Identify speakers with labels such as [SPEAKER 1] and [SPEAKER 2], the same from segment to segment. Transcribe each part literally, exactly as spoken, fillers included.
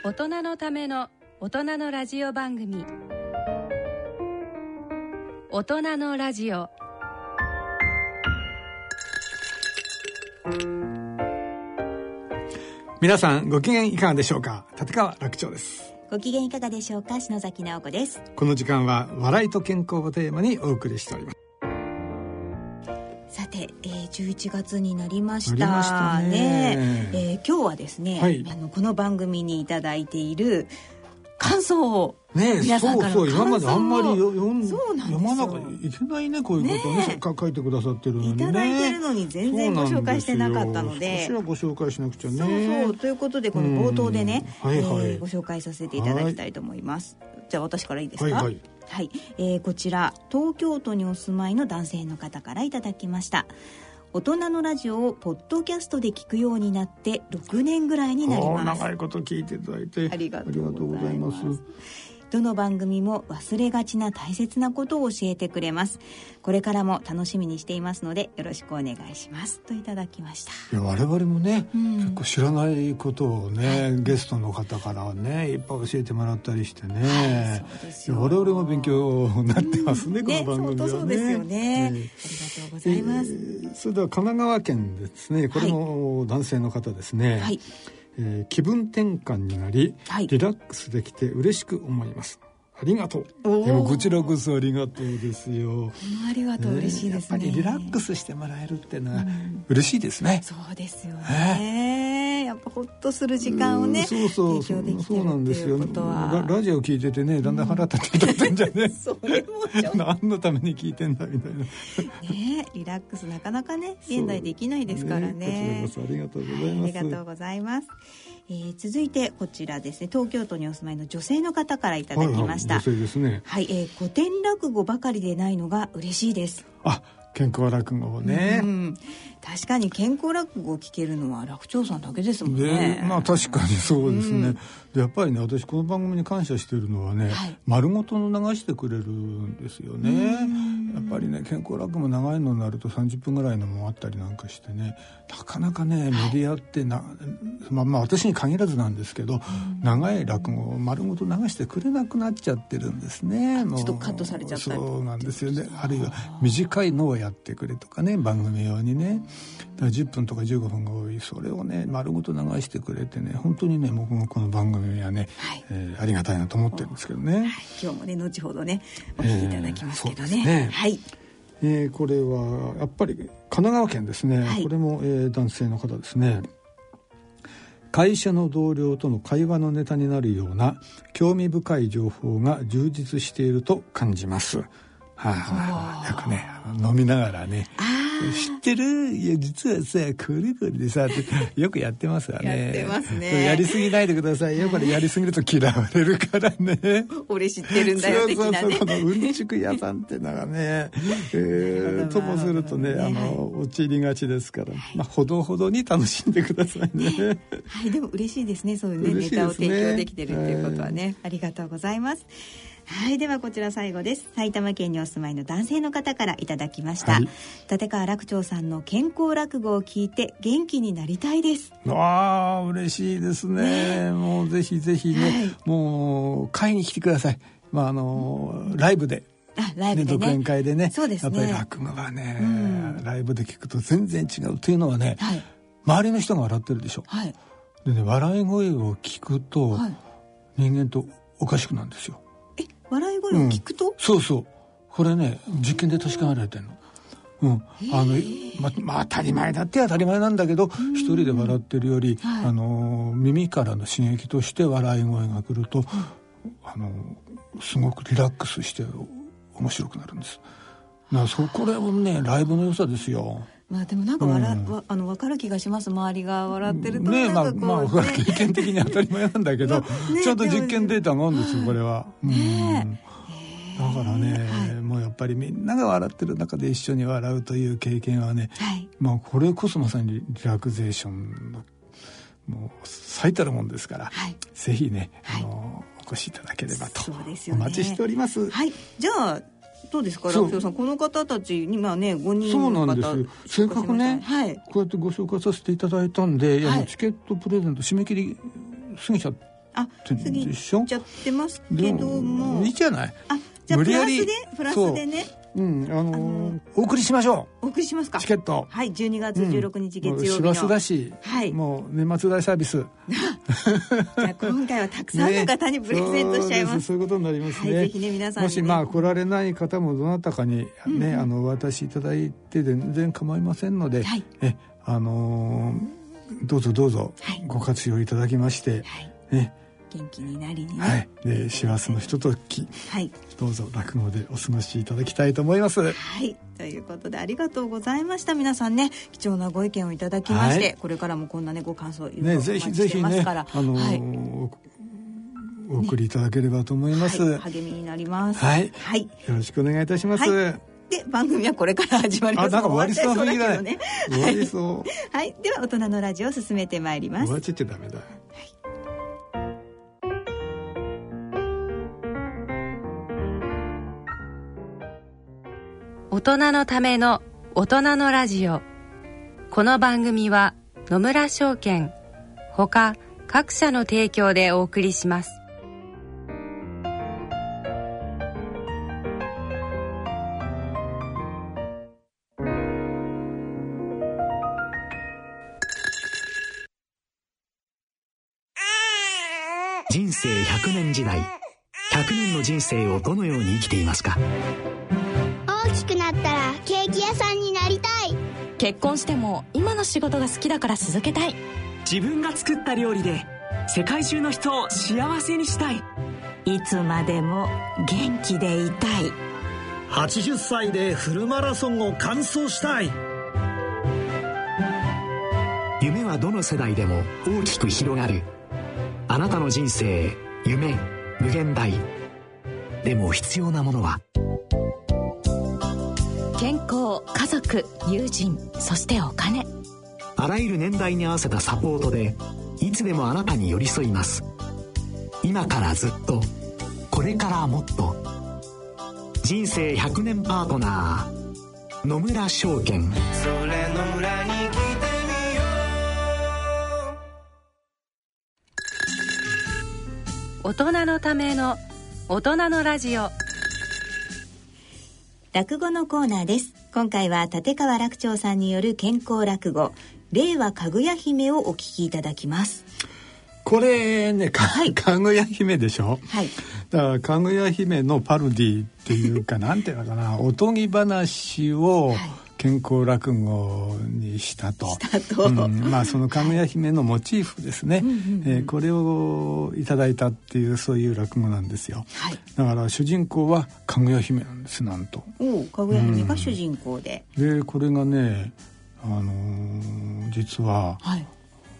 [SPEAKER 1] 大人のための大人のラジオ番組、大人のラジオ。
[SPEAKER 2] 皆さんご機嫌いかがでしょうか。立川楽長です。
[SPEAKER 3] ご機嫌いかがでしょうか。篠崎直子です。
[SPEAKER 2] この時間は笑いと健康をテーマにお送りしております。
[SPEAKER 3] さて、えー、じゅういちがつになりました
[SPEAKER 2] なりましたね。
[SPEAKER 3] ね、えー、今日はですね、はい、あのこの番組にいただいている感想を
[SPEAKER 2] ね、
[SPEAKER 3] 皆さんからの
[SPEAKER 2] そうそう、今まであんまり読ん
[SPEAKER 3] そうなんですよ、
[SPEAKER 2] 読まなきゃいけないね、こういうことをね、ね書いてくださってるのにね、
[SPEAKER 3] いただいてるのに全然ご紹介してなかったので、
[SPEAKER 2] 少しはご紹介しなくちゃね。
[SPEAKER 3] そうそう、ということでこの冒頭でね、はいはい、えー、ご紹介させていただきたいと思います。じゃあ私からいいですか。はいはい、はい、えー、こちら東京都にお住まいの男性の方からいただきました。大人のラジオをポッドキャストで聞くようになってろくねんぐらいになります。
[SPEAKER 2] 長いこと聞いていただいてありがとうございます。
[SPEAKER 3] どの番組も忘れがちな大切なことを教えてくれます。これからも楽しみにしていますのでよろしくお願いします、といただきました。
[SPEAKER 2] いや、我々もね、うん、結構知らないことをね、はい、ゲストの方からねいっぱい教えてもらったりしてね、はい、そうですよ。我々も勉強になってますね、うん、この番組はね。
[SPEAKER 3] ね、そうですよね、ね、ありがとうございます。え
[SPEAKER 2] ー、それでは神奈川県ですね、これも男性の方ですね、はい、えー、気分転換になり、はい、リラックスできて嬉しく思います。ありがとう。でもこちらこそありがとうですよ。
[SPEAKER 3] ありがとう、嬉しいですね。
[SPEAKER 2] やっぱりリラックスしてもらえるっていうのは嬉しいですね、
[SPEAKER 3] うん、そうですよね、えー、やっぱほっとする時間をね、そうそうそう、提供できてるっていうことは、
[SPEAKER 2] ラ, ラジオ聞いててね、だんだん腹立ってきたんじゃね、うん、
[SPEAKER 3] それもちょっと
[SPEAKER 2] 何のために聞いてんだみたいな
[SPEAKER 3] ね、リラックスなかなかね現代できないですからね。
[SPEAKER 2] ね、こちらこそありがとうございます、はい、
[SPEAKER 3] ありがとうございます。えー、続いてこちらですね、東京都にお住まいの女性の方からいただきました。
[SPEAKER 2] はいはい、女性ですね。
[SPEAKER 3] はい、えー、古典落語ばかりでないのが嬉しいです。
[SPEAKER 2] あ、健康落語をね、うん、
[SPEAKER 3] 確かに健康落語を聞けるのは楽長さんだけですもんね。
[SPEAKER 2] まあ確かにそうですね、うん、でやっぱりね、私この番組に感謝しているのはね、はい、丸ごとの流してくれるんですよね。やっぱりね、健康落語も長いのになるとさんじゅっぷんぐらいのもあったりなんかしてね、なかなかねメディアってな、はい、まあ、まあ私に限らずなんですけど、長い落語を丸ごと流してくれなくなっちゃってるんですね。
[SPEAKER 3] もうちょっとカットされちゃったり。
[SPEAKER 2] そうなんですよね。あるいは短いのをやってくれとかね、番組用にね、だからじゅっぷんとかじゅうごふんが多い、それをね丸ごと流してくれてね、本当にね僕もこの番組はね、はい、えー、ありがたいなと思ってるんですけどね、はい、
[SPEAKER 3] 今日もね後ほどねお聞きいただきますけどね、えー、ね、
[SPEAKER 2] はい、えー、これはやっぱり神奈川県ですね、はい、これも、えー、男性の方ですね。会社の同僚との会話のネタになるような興味深い情報が充実していると感じます。はあはあ、よくね飲みながらね、知ってる？いや実はさこれこれでさってよくやってますわね。
[SPEAKER 3] やってますね。
[SPEAKER 2] やりすぎないでくださいよ。これやりすぎると嫌われるからね。
[SPEAKER 3] 俺知ってるんだよ的なね。
[SPEAKER 2] そうそうそう、このうんちく屋さんってのがね、えー、ともするとね、あの陥りがちですから、まあほどほどに楽しんでくださいね。
[SPEAKER 3] はい、でも嬉しいですね、そういうね、ネタを提供できてるっていうことはね、ありがとうございます。はい、ではこちら最後です。埼玉県にお住まいの男性の方からいただきました、はい、立川楽長さんの健康落語を聞いて元気になりたいです。
[SPEAKER 2] わあ嬉しいですね、ね、もうぜひぜひね、はい、もう買いに来てください。まああの、うん、ライブで
[SPEAKER 3] あライブでね、
[SPEAKER 2] 独演会でね、
[SPEAKER 3] そうですね、
[SPEAKER 2] やっぱり落語はね、うん、ライブで聞くと全然違うというのはね、はい、周りの人が笑ってるでしょ、はい、でね、笑い声を聞くと、はい、人間とおかしくなるんですよ。
[SPEAKER 3] 笑い声を聞くと、うん、
[SPEAKER 2] そうそう、これね実験で確かめられてるの、うん、あの ま, まあ当たり前だって当たり前なんだけど、一人で笑ってるより、はい、あの耳からの刺激として笑い声が来ると、あのすごくリラックスして面白くなるんです。だからそこれもねライブの良さですよ。
[SPEAKER 3] まあでもなんか笑、うん、あの分かる気がします。周りが笑ってると
[SPEAKER 2] ね、
[SPEAKER 3] なんかこう、
[SPEAKER 2] まあ、まあ、経験的に当たり前なんだけど、ね、ちゃんと実験データがあるんですよ、これは。ね、うん、だからね、はい、もうやっぱりみんなが笑ってる中で一緒に笑うという経験はね、はい、まあこれこそまさにリラクゼーションのもう最たるもんですから、はい、ぜひね、あの、はい、お越しいただければと、そうですよね、お待ちしております。
[SPEAKER 3] はい、じゃあどうですか、楽長さん、この方たちにまあねごにんの方、そうなんです
[SPEAKER 2] よ。せっかくね、はい、こうやってご紹介させていただいたんで、はい、いやチケットプレゼント締め切り過ぎちゃっ
[SPEAKER 3] あ過ぎちゃってますけども、
[SPEAKER 2] いいじゃない。
[SPEAKER 3] あじゃあプラスでプラスでね、
[SPEAKER 2] うん、あのーあのー、お送りしましょ
[SPEAKER 3] う。お送りしますか。
[SPEAKER 2] チケット。
[SPEAKER 3] はい、じゅうにがつじゅうろくにち月曜日の。
[SPEAKER 2] 師走だし、はい、もう年末大サービス。
[SPEAKER 3] じゃあ今回はたくさんの方にプレゼントしちゃいます。
[SPEAKER 2] ね、そうです、そういうことになりますね。
[SPEAKER 3] はい、ぜひね皆さんに、ね、
[SPEAKER 2] もしまあ来られない方もどなたかにね、うんうん、あのお渡しいただいて全然構いませんので、はい、えあのー、どうぞどうぞご活用いただきまして、はい、ね。
[SPEAKER 3] 元気になりにね、
[SPEAKER 2] はい、で師走のひととき、はい、どうぞ落語でお過ごしいただきたいと思います。
[SPEAKER 3] はい、ということでありがとうございました。皆さんね貴重なご意見をいただきまして、はい、これからもこんなねご感想いろいろお待ちしてますから、
[SPEAKER 2] ね、ぜひぜひね、あのーはい、お送りいただければと思います、ね、
[SPEAKER 3] はい、励みになります。
[SPEAKER 2] はい、はい、よろしくお願いいたします。はい、
[SPEAKER 3] で番組はこれから始まります。
[SPEAKER 2] あ、なんか終わりそうだけど
[SPEAKER 3] ね。
[SPEAKER 2] 終わりそう。
[SPEAKER 3] はい、では大人のラジオを進めてまいります。
[SPEAKER 2] 終わっちゃっちゃダメだ。はい、
[SPEAKER 1] 大人のための大人のラジオ。この番組は野村証券ほか各社の提供でお送りします。
[SPEAKER 4] 人生ひゃくねん時代、ひゃくねんの人生をどのように生きていますか？
[SPEAKER 5] 大きくなったらケーキ屋さんになりたい。
[SPEAKER 6] 結婚しても今の仕事が好きだから続けたい。
[SPEAKER 7] 自分が作った料理で世界中の人を幸せにしたい。
[SPEAKER 8] いつまでも元気でいたい。
[SPEAKER 9] はちじゅっさいでフルマラソンを完走したい。
[SPEAKER 4] 夢はどの世代でも大きく広がる。あなたの人生、夢、無限大。でも必要なものは
[SPEAKER 6] 健康、家族、友人、そしてお金。
[SPEAKER 4] あらゆる年代に合わせたサポートでいつでもあなたに寄り添います。今からずっと、これからもっと。人生ひゃくねんパートナー、野村証券。それ野村に来てみよ
[SPEAKER 1] う。大人のための大人のラジオ。
[SPEAKER 3] 落語のコーナーです。今回は立川楽長さんによる健康落語、令和かぐや姫をお聞きいただきます。
[SPEAKER 2] これね、か、はい、かぐや姫でしょ。
[SPEAKER 3] はい。
[SPEAKER 2] だからかぐや姫のパロディっていうかなんていうのかな、おとぎ話を健康落語にしたと。
[SPEAKER 3] したと。
[SPEAKER 2] うん、まあそのかぐや姫のモチーフですね。はい、えー、これをいただいたっていうそういう落語なんですよ。はい。だから主人公はかぐや姫なんです、なんと。
[SPEAKER 3] おお、かぐや姫が主人公で。
[SPEAKER 2] うん、でこれがね、あのー、実は。はい。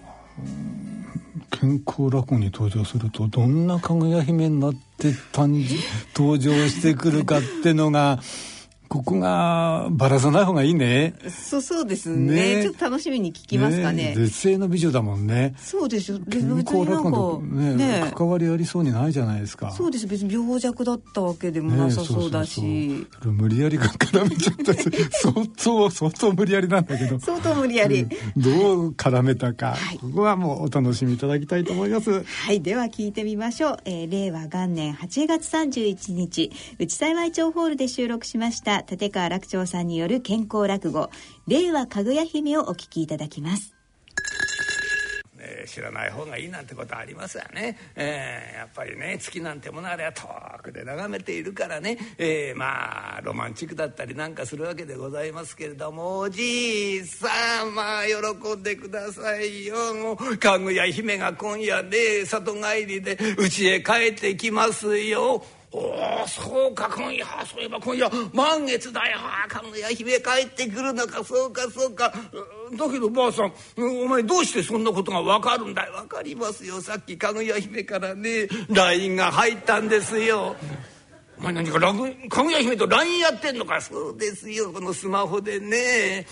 [SPEAKER 2] 健康落語に登場するとどんなかぐや姫になって誕生登場してくるかってのがここがバラさない方がいいね。
[SPEAKER 3] そうそうです ね, ねちょっと楽しみに聞きますかね。
[SPEAKER 2] 絶世の美女だもんね。
[SPEAKER 3] そうですよ。
[SPEAKER 2] 健康落語と ね, ね関わりありそうにないじゃないですか。
[SPEAKER 3] そうです。別に病弱だったわけでもなさそうだし、ね、そうそうそう
[SPEAKER 2] 無理やりが絡めちゃった相当相当無理やりなんだけど
[SPEAKER 3] 相当無理やり、
[SPEAKER 2] うん、どう絡めたか、はい、ここはもうお楽しみいただきたいと思います。
[SPEAKER 3] はい、では聞いてみましょう。えー、令和元年はちがつさんじゅういちにち内幸町ホールで収録しました立川楽長さんによる健康落語、令和かぐや姫をお聞きいただきます。
[SPEAKER 10] ね、知らない方がいいなんてことありますよね。えー、やっぱりね、月なんてものあれは遠くで眺めているからね、えー、まあロマンチックだったりなんかするわけでございますけれども、おじいさん、まあ喜んでくださいよ。もうかぐや姫が今夜ね、里帰りで家へ帰ってきますよ。おお、そうか、今夜、そういえば今夜満月だよ。かぐや姫帰ってくるのか、そうかそうか。だけどばあさん、お前どうしてそんなことが分かるんだい。分かりますよ。さっきかぐや姫からね ライン が入ったんですよ。お前何かかぐや姫と ライン やってんのか。そうですよ、このスマホでね。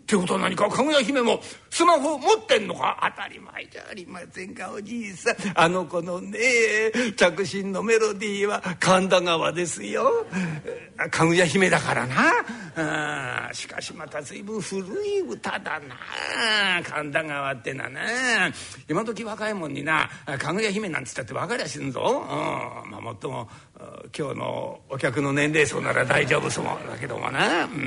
[SPEAKER 10] ってことは何かかぐや姫もスマホ持ってんのか？当たり前じゃありませんかおじいさん。あの子のね着信のメロディーは神田川ですよ。かぐや姫だからな。あしかしまた随分古い歌だな神田川ってなな。今時若いもんになかぐや姫なんつったって分かりゃしんぞ。うん、まあもっとも今日のお客の年齢層なら大丈夫そうだけどもな。うん、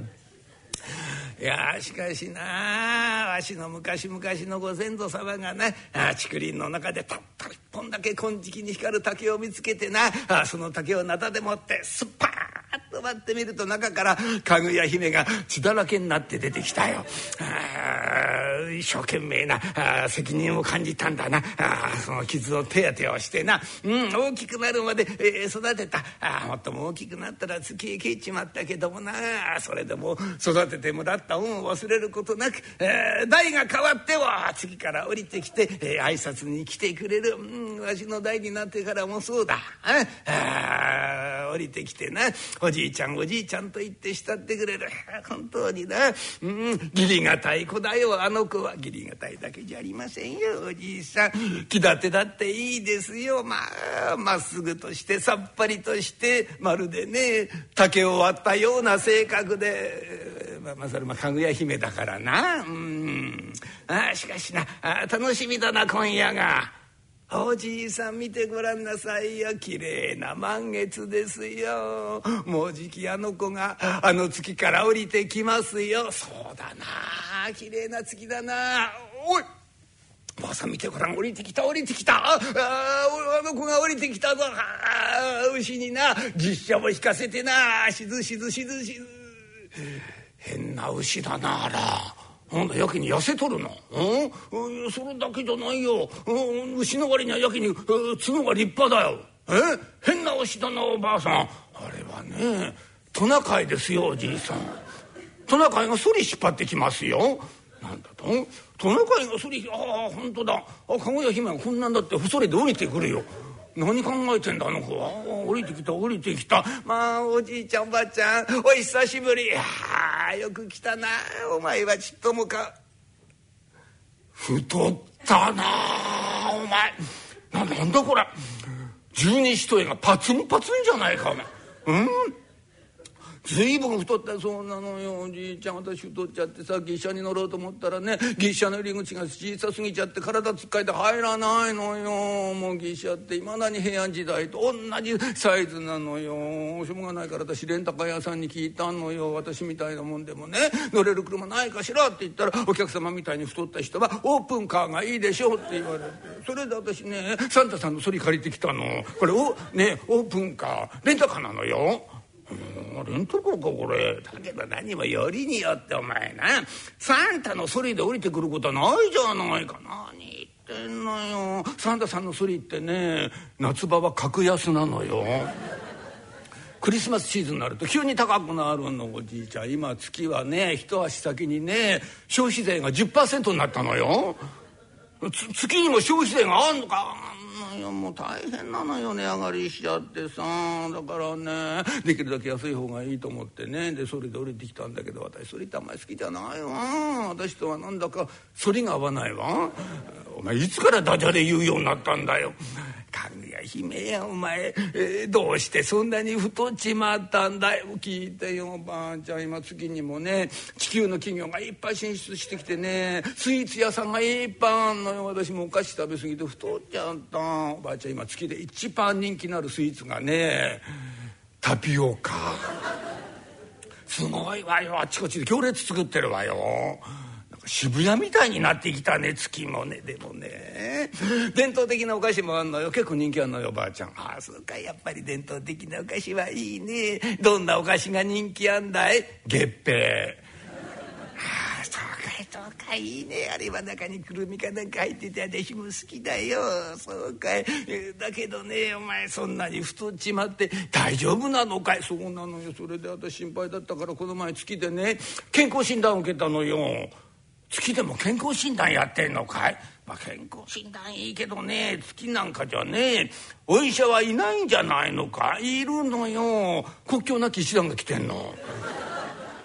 [SPEAKER 10] いやしかしなわしの昔々のご先祖様がな竹林の中でたった一本だけ金色に光る竹を見つけてなその竹をなたでもってスッパーッと割ってみると中からかぐや姫が血だらけになって出てきたよ。一生懸命な責任を感じたんだな。その傷を手当てをしてな、うん、大きくなるまで、えー、育てた。もっとも大きくなったら月へ消えちまったけどもなそれでも育ててもらった恩を忘れることなく、えー、代が変わっては次から降りてきて、えー、挨拶に来てくれる、うん、わしの代になってからもそうだ。あ降りてきてなおじいちゃんおじいちゃんと言って慕ってくれる。本当にな、うん、義理がたい子だよあの子は。義理がたいだけじゃありませんよおじいさん。気立てだっていいですよ。まあまっすぐとしてさっぱりとしてまるでね竹を割ったような性格で、まあ、まあそれもかぐや姫だからな。うんあしかしなあ楽しみだな今夜が。おじいさん見てごらんなさいよ。綺麗な満月ですよ。もうじきあの子があの月から降りてきますよ。そうだな綺麗な月だな。おいばあさん見てごらん降りてきた降りてきた。あああの子が降りてきたぞ。あ牛にな実写も引かせてなしずしずしずしず。変な牛だなあら。なんだやけに痩せとるの。うん、それだけじゃないよ。うん、牛の割にはやけに角が立派だよ。え変な牛だなおばあさん。あれはねトナカイですよおじいさん。トナカイがソリ引っ張ってきますよ。なんだとトナカイがソリああ本当だ。あかぐや姫はこんなんだってそれで降りてくるよ。何考えてんだあの子は。降りてきた降りてきた。まあおじいちゃんおばあちゃんお久しぶり。あよく来たな。お前はちっともか太ったなお前。な、なんだこれ十二使徒絵がパツンパツンじゃないかお前。うん随分太ったそうなのよおじいちゃん。私太っちゃってさ牛車に乗ろうと思ったらね牛車の入り口が小さすぎちゃって体つっかえて入らないのよ。もう牛車っていまだに平安時代と同じサイズなのよ。しょうがないから私レンタカー屋さんに聞いたのよ。私みたいなもんでもね乗れる車ないかしらって言ったらお客様みたいに太った人はオープンカーがいいでしょって言われて、それで私ねサンタさんのそれ借りてきたの。これおねオープンカーレンタカーなのよ。レンタカーかこれ。だけど何もよりによってお前なサンタのソリで降りてくることはないじゃないか。何言ってんのよ。サンタさんのソリってね夏場は格安なのよ。クリスマスシーズンになると急に高くなるのおじいちゃん。今月はね一足先にね消費税が じゅっパーセント になったのよ。月にも消費税があんのか。いやもう大変なのよ値上がりしちゃってさ。だからねできるだけ安い方がいいと思ってねでそれで降りてきたんだけど私それってあんまり好きじゃないわ。私とはなんだか反りが合わないわ。お前いつからダジャレ言うようになったんだよ。かぐや姫やお前、えー、どうしてそんなに太っちまったんだよ。聞いてよおばあちゃん。今月にもね地球の企業がいっぱい進出してきてねスイーツ屋さんがいっぱいあんのよ。私もお菓子食べ過ぎて太っちゃった。おばあちゃん今月で一番人気のあるスイーツがねタピオカ。すごいわよ。あっちこっちで行列作ってるわよ。渋谷みたいになってきたね月もね。でもね伝統的なお菓子もあんのよ。結構人気あんのよおばあちゃん。ああそうかやっぱり伝統的なお菓子はいいね。どんなお菓子が人気あんだい。月餅。ああそうかいそうかいいね。あれは中にくるみかなんか入ってて私も好きだよ。そうかい。だけどねお前そんなに太っちまって大丈夫なのかい。そうなのよ。それで私心配だったからこの前月でね健康診断を受けたのよ。月でも健康診断やってんのかい。まあ、健康診断いいけどね月なんかじゃねお医者はいないんじゃないのか。いるのよ。国境なき医師団が来てんの。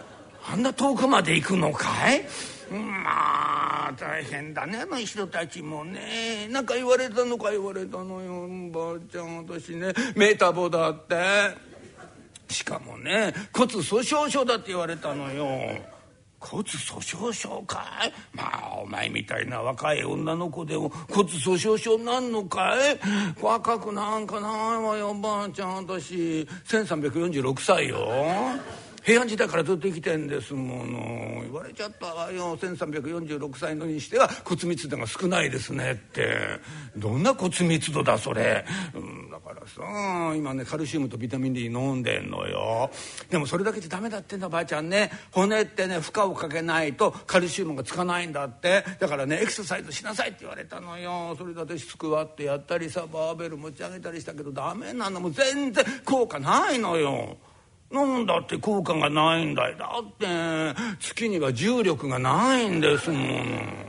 [SPEAKER 10] あんな遠くまで行くのかい？まあ大変だね、あの人たちもね。なんか言われたのか言われたのよ、ばあちゃん。私ねメタボだって、しかもね骨粗しょう症だって言われたのよ。骨粗しょう症かい？まあお前みたいな若い女の子でも骨粗しょう症なんのかい？若くなんかないわよばあちゃん。私せんさんびゃくよんじゅうろくさいよ。平安時代からずっと生きてんですもの。言われちゃったわよ、せんさんびゃくよんじゅうろくさいのにしては骨密度が少ないですねって。どんな骨密度だそれ、うん、だからさ今ねカルシウムとビタミン D 飲んでんのよ。でもそれだけじゃダメだってんだばあちゃんね。骨ってね負荷をかけないとカルシウムがつかないんだって。だからねエクササイズしなさいって言われたのよ。それだってスクワットやったりさバーベル持ち上げたりしたけどダメなの。もう全然効果ないのよ。なんだって効果がないんだよ。だって月には重力がないんですもの。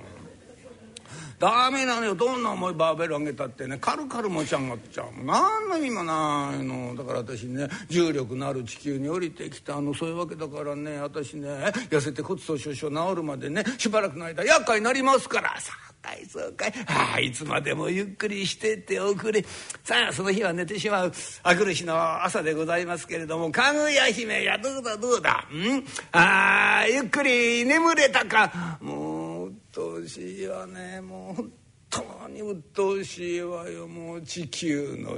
[SPEAKER 10] ダメなのよ。どんな重いバーベル上げたってねカルカル持ち上がっちゃう。何の意味もないの。だから私ね重力のある地球に降りてきたのそういうわけだからね。私ね痩せて骨粗しょう症治るまでねしばらくの間厄介になりますから。さあいそうかい、ああいつまでもゆっくりしてっておくれ。さあその日は寝てしまうあくる日の朝でございますけれども、かぐや姫やどうだどうだ、んあゆっくり眠れたか。もううっとうしいわね。もう本当にうっとうしいわよ。もう地球の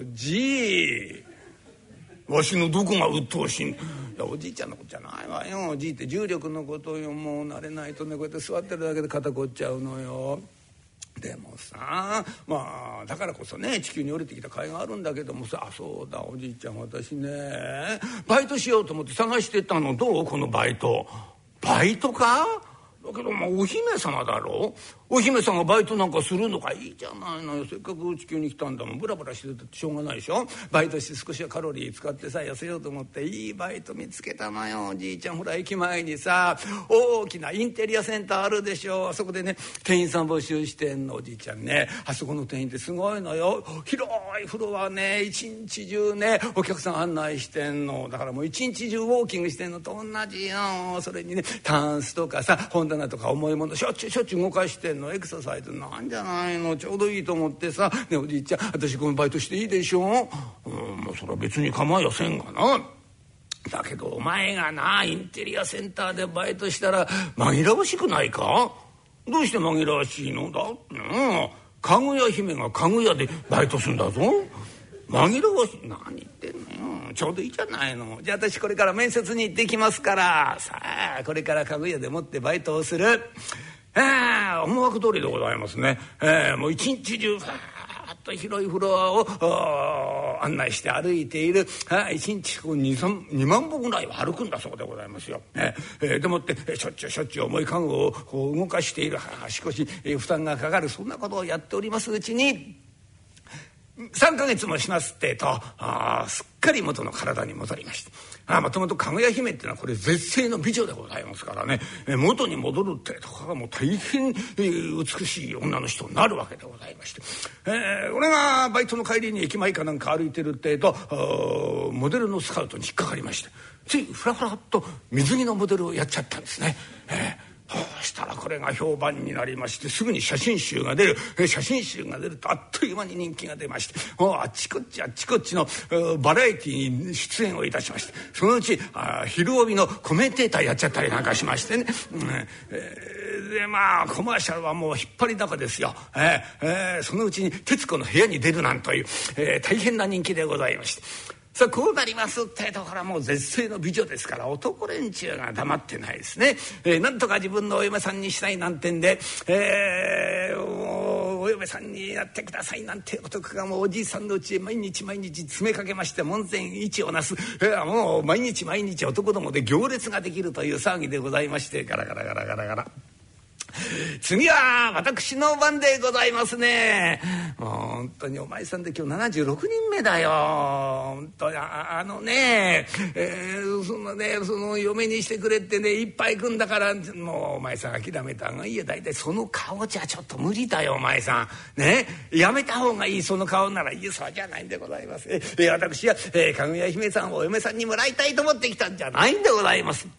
[SPEAKER 10] G、わしのどこがうっとうしいん？いやおじいちゃんのことじゃないわよ。おじいって重力のことよ。もう慣れないとねこうやって座ってるだけで肩こっちゃうのよ。でもさまあだからこそね地球に降りてきた甲斐があるんだけどもさ、あそうだおじいちゃん私ねバイトしようと思って探してたの。どうこのバイト？バイトか？だけどまあお姫様だろ。お姫様バイトなんかするのかいいじゃないのよ。せっかく地球に来たんだもん。ブラブラしててしょうがないでしょ。バイトして少しはカロリー使ってさ痩せようと思っていいバイト見つけたのよ。おじいちゃんほら駅前にさ大きなインテリアセンターあるでしょ。あそこでね店員さん募集してんの。おじいちゃんねあそこの店員ってすごいのよ。広いフロアね一日中ねお客さん案内してんの。だからもう一日中ウォーキングしてんのと同じよ。それにねタンスとかさ本棚とか重いものしょっちゅうしょっちゅう動かしてんの。エクササイズなんじゃないの。ちょうどいいと思ってさ、ねおじいちゃん私このバイトしていいでしょ。うんもうそれは別に構いやせんがな。だけどお前がなインテリアセンターでバイトしたら紛らわしくないか？どうして紛らわしいのだってな。かぐや姫がかぐやでバイトするんだぞ。紛らわしい何言ってんのよ。ちょうどいいじゃないの。じゃあ私これから面接に行ってきますから。さあこれからかぐやでもってバイトをする。えー、思惑通りでございますね。えー、もう一日中ファーッと広いフロアを案内して歩いている。一日にまんぼぐらいは歩くんだそうでございますよ。えー、でもってしょっちゅうしょっちゅう重い家具をこう動かしている。少し負担がかかるそんなことをやっておりますうちにさんかげつもしますってとあすっかり元の体に戻りまして、もともとかぐや姫っていうのはこれ絶世の美女でございますからね、え元に戻るってとこがもう大変、えー、美しい女の人になるわけでございまして、えー、俺がバイトの帰りに駅前かなんか歩いてるってとモデルのスカウトに引っかかりまして、ついフラフラっと水着のモデルをやっちゃったんですね。えーそしたらこれが評判になりまして、すぐに写真集が出る。写真集が出るとあっという間に人気が出まして、あっちこっちあっちこっちのバラエティに出演をいたしまして、そのうちあ昼帯のコメンテーターやっちゃったりなんかしましてね、うんえー、でまあコマーシャルはもう引っ張りだこですよ。えーえー、そのうちに徹子の部屋に出るなんという、えー、大変な人気でございまして、さあこうなりますってところはもう絶世の美女ですから男連中が黙ってないですね。えー、なんとか自分のお嫁さんにしたいなんてんで、えー、お, お嫁さんになってくださいなんて男がもうおじいさんのうちへ毎日毎日詰めかけまして門前市をなす、えー、もう毎日毎日男どもで行列ができるという騒ぎでございまして、ガラガラガラガラガラ次は私の番でございますね。もう本当にお前さんで今日ななじゅうろくにんめだよ。本当に あ, あのね、えー、そのねその嫁にしてくれってねいっぱい来んだから、もうお前さん諦めた方がいいよ。大体その顔じゃちょっと無理だよお前さんね。やめた方がいいその顔なら。いやそうじゃないんでございます。えー、私は、えー、かぐや姫さんをお嫁さんにもらいたいと思ってきたんじゃないんでございます。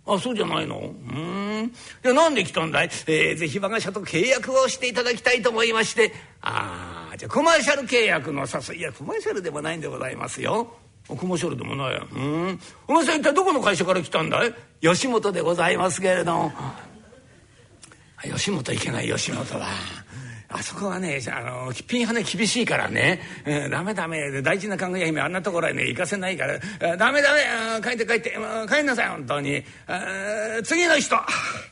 [SPEAKER 10] あ、そうじゃないの。うーん。じゃあなんで来たんだい。えー、ぜひ我が社と契約をしていただきたいと思いまして。ああ、じゃあコマーシャル契約の誘い。いやコマーシャルでもないんでございますよ。コマーシャルでもない。うん。お前さん一体どこの会社から来たんだい。吉本でございますけれども。吉本いけない。吉本はあそこはね、あのピンハネ厳しいからね、えー、ダメダメ、大事なかぐや姫あんなところへね行かせないから、えー、ダメダメ、帰って帰って、帰んなさい本当に。次の人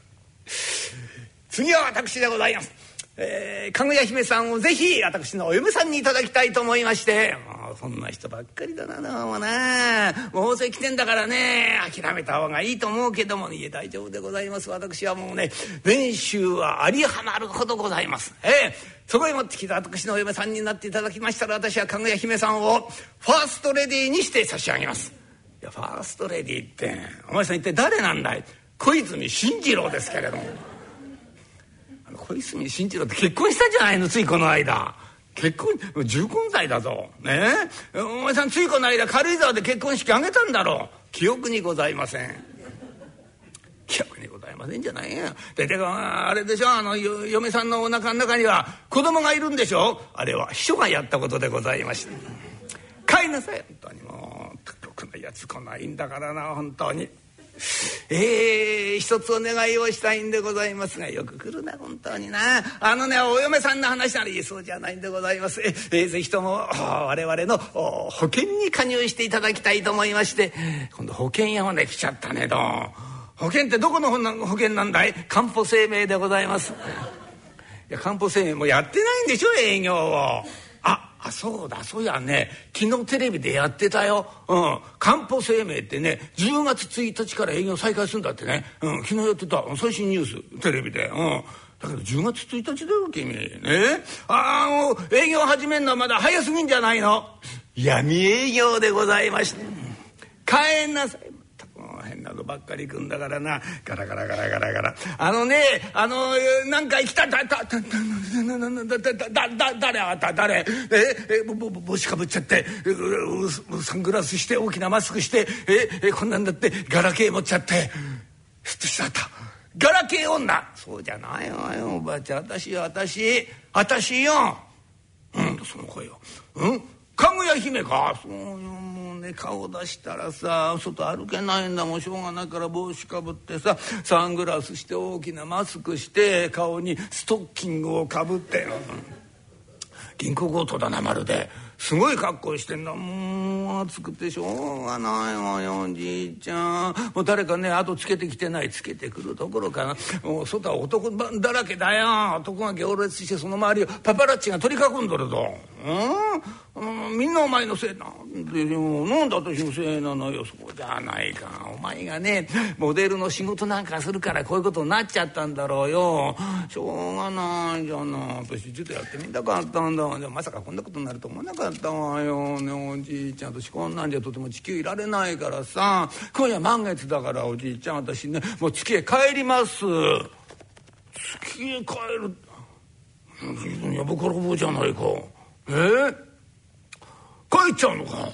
[SPEAKER 10] 次は私でございます。えー、かぐや姫さんをぜひ私のお嫁さんにいただきたいと思いまして。もうそんな人ばっかりだな。どうもな、もう大勢来てんだからね、諦めた方がいいと思うけども、いえ大丈夫でございます。私はもうね、練習は有り余るほどございます。えー、そこへ持ってきた私のお嫁さんになっていただきましたら、私はかぐや姫さんをファーストレディーにして差し上げます。いやファーストレディーってお前さん一体誰なんだい。小泉進次郎ですけれども。小泉進次郎って結婚したんじゃないの、ついこの間。結婚重婚罪だぞねえ。お前さんついこの間軽井沢で結婚式挙げたんだろう。記憶にございません。記憶にございませんじゃないよ。でてかあれでしょ、あの嫁さんのお腹の中には子供がいるんでしょ。あれは秘書がやったことでございまして。帰りなさい本当に。もうろくなやつ来ないんだからな本当に。えー、一つお願いをしたいんでございますが、よく来るな本当にな。あのね、お嫁さんの話ならいいそうじゃないんでございます。えー、ぜひとも我々の保険に加入していただきたいと思いまして。今度保険屋まで来ちゃったねと。保険ってどこの保険なんだい。かんぽ生命でございます。いやかんぽ生命もやってないんでしょ営業を。ああ、そうだそうやね、昨日テレビでやってたよ。うん、かんぽ生命ってねじゅうがつついたちから営業再開するんだってね。うん、昨日やってた最新ニューステレビで。うん、だけどじゅうがつついたちだよ君ね。ああ、もう営業始めるのはまだ早すぎんじゃないの。闇営業でございまして。帰んなさい。変なのばっかり来んだからな。ガラガラガラガラガラ。あのね、あのなんか来ただだだだだだ誰あた誰ええぼぼ帽子かぶっちゃってサングラスして大きなマスクしてええこんなんだってガラケー持っちゃってひょっとしたったガラケー女。そうじゃないわよおばあちゃん。私よ私私よ。うんその声よ。うんかぐや姫か。そうよもうね、顔出したらさ外歩けないんだもん。しょうがないから帽子かぶってさサングラスして大きなマスクして顔にストッキングをかぶって、うん、銀行強盗だなまるで。すごい格好してんだ。もう暑くてしょうがないわよおじいちゃん。もう誰かね後つけてきてない。つけてくるところかな。もう外は男だらけだよ。男が行列してその周りをパパラッチが取り囲んどるぞ。うん、うん、みんなお前のせいなんでよ。なんで私のせいなのよ。そうじゃないか。お前がねモデルの仕事なんかするからこういうことになっちゃったんだろうよ。しょうがないじゃない。私ちょっとやってみたかったんだ。でもまさかこんなことになると思わなかったわよね。おじいちゃん私こんなんじゃとても地球いられないからさ。今夜満月だからおじいちゃん私ねもう月へ帰ります。月へ帰る。随分やぶからぼうじゃないか。えー、帰っちゃうのか。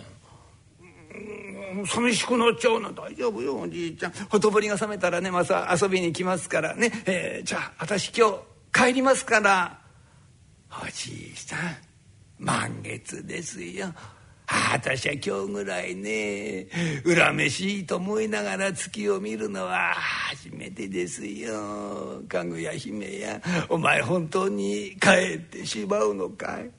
[SPEAKER 10] 寂しくなっちゃうな。大丈夫よおじいちゃん。ほとぼりが冷めたらねまた遊びに来ますからね。えー、じゃあ私今日帰りますから。おじいさん満月ですよ。あ私は今日ぐらいね恨めしいと思いながら月を見るのは初めてですよ。かぐや姫やお前本当に帰ってしまうのかい。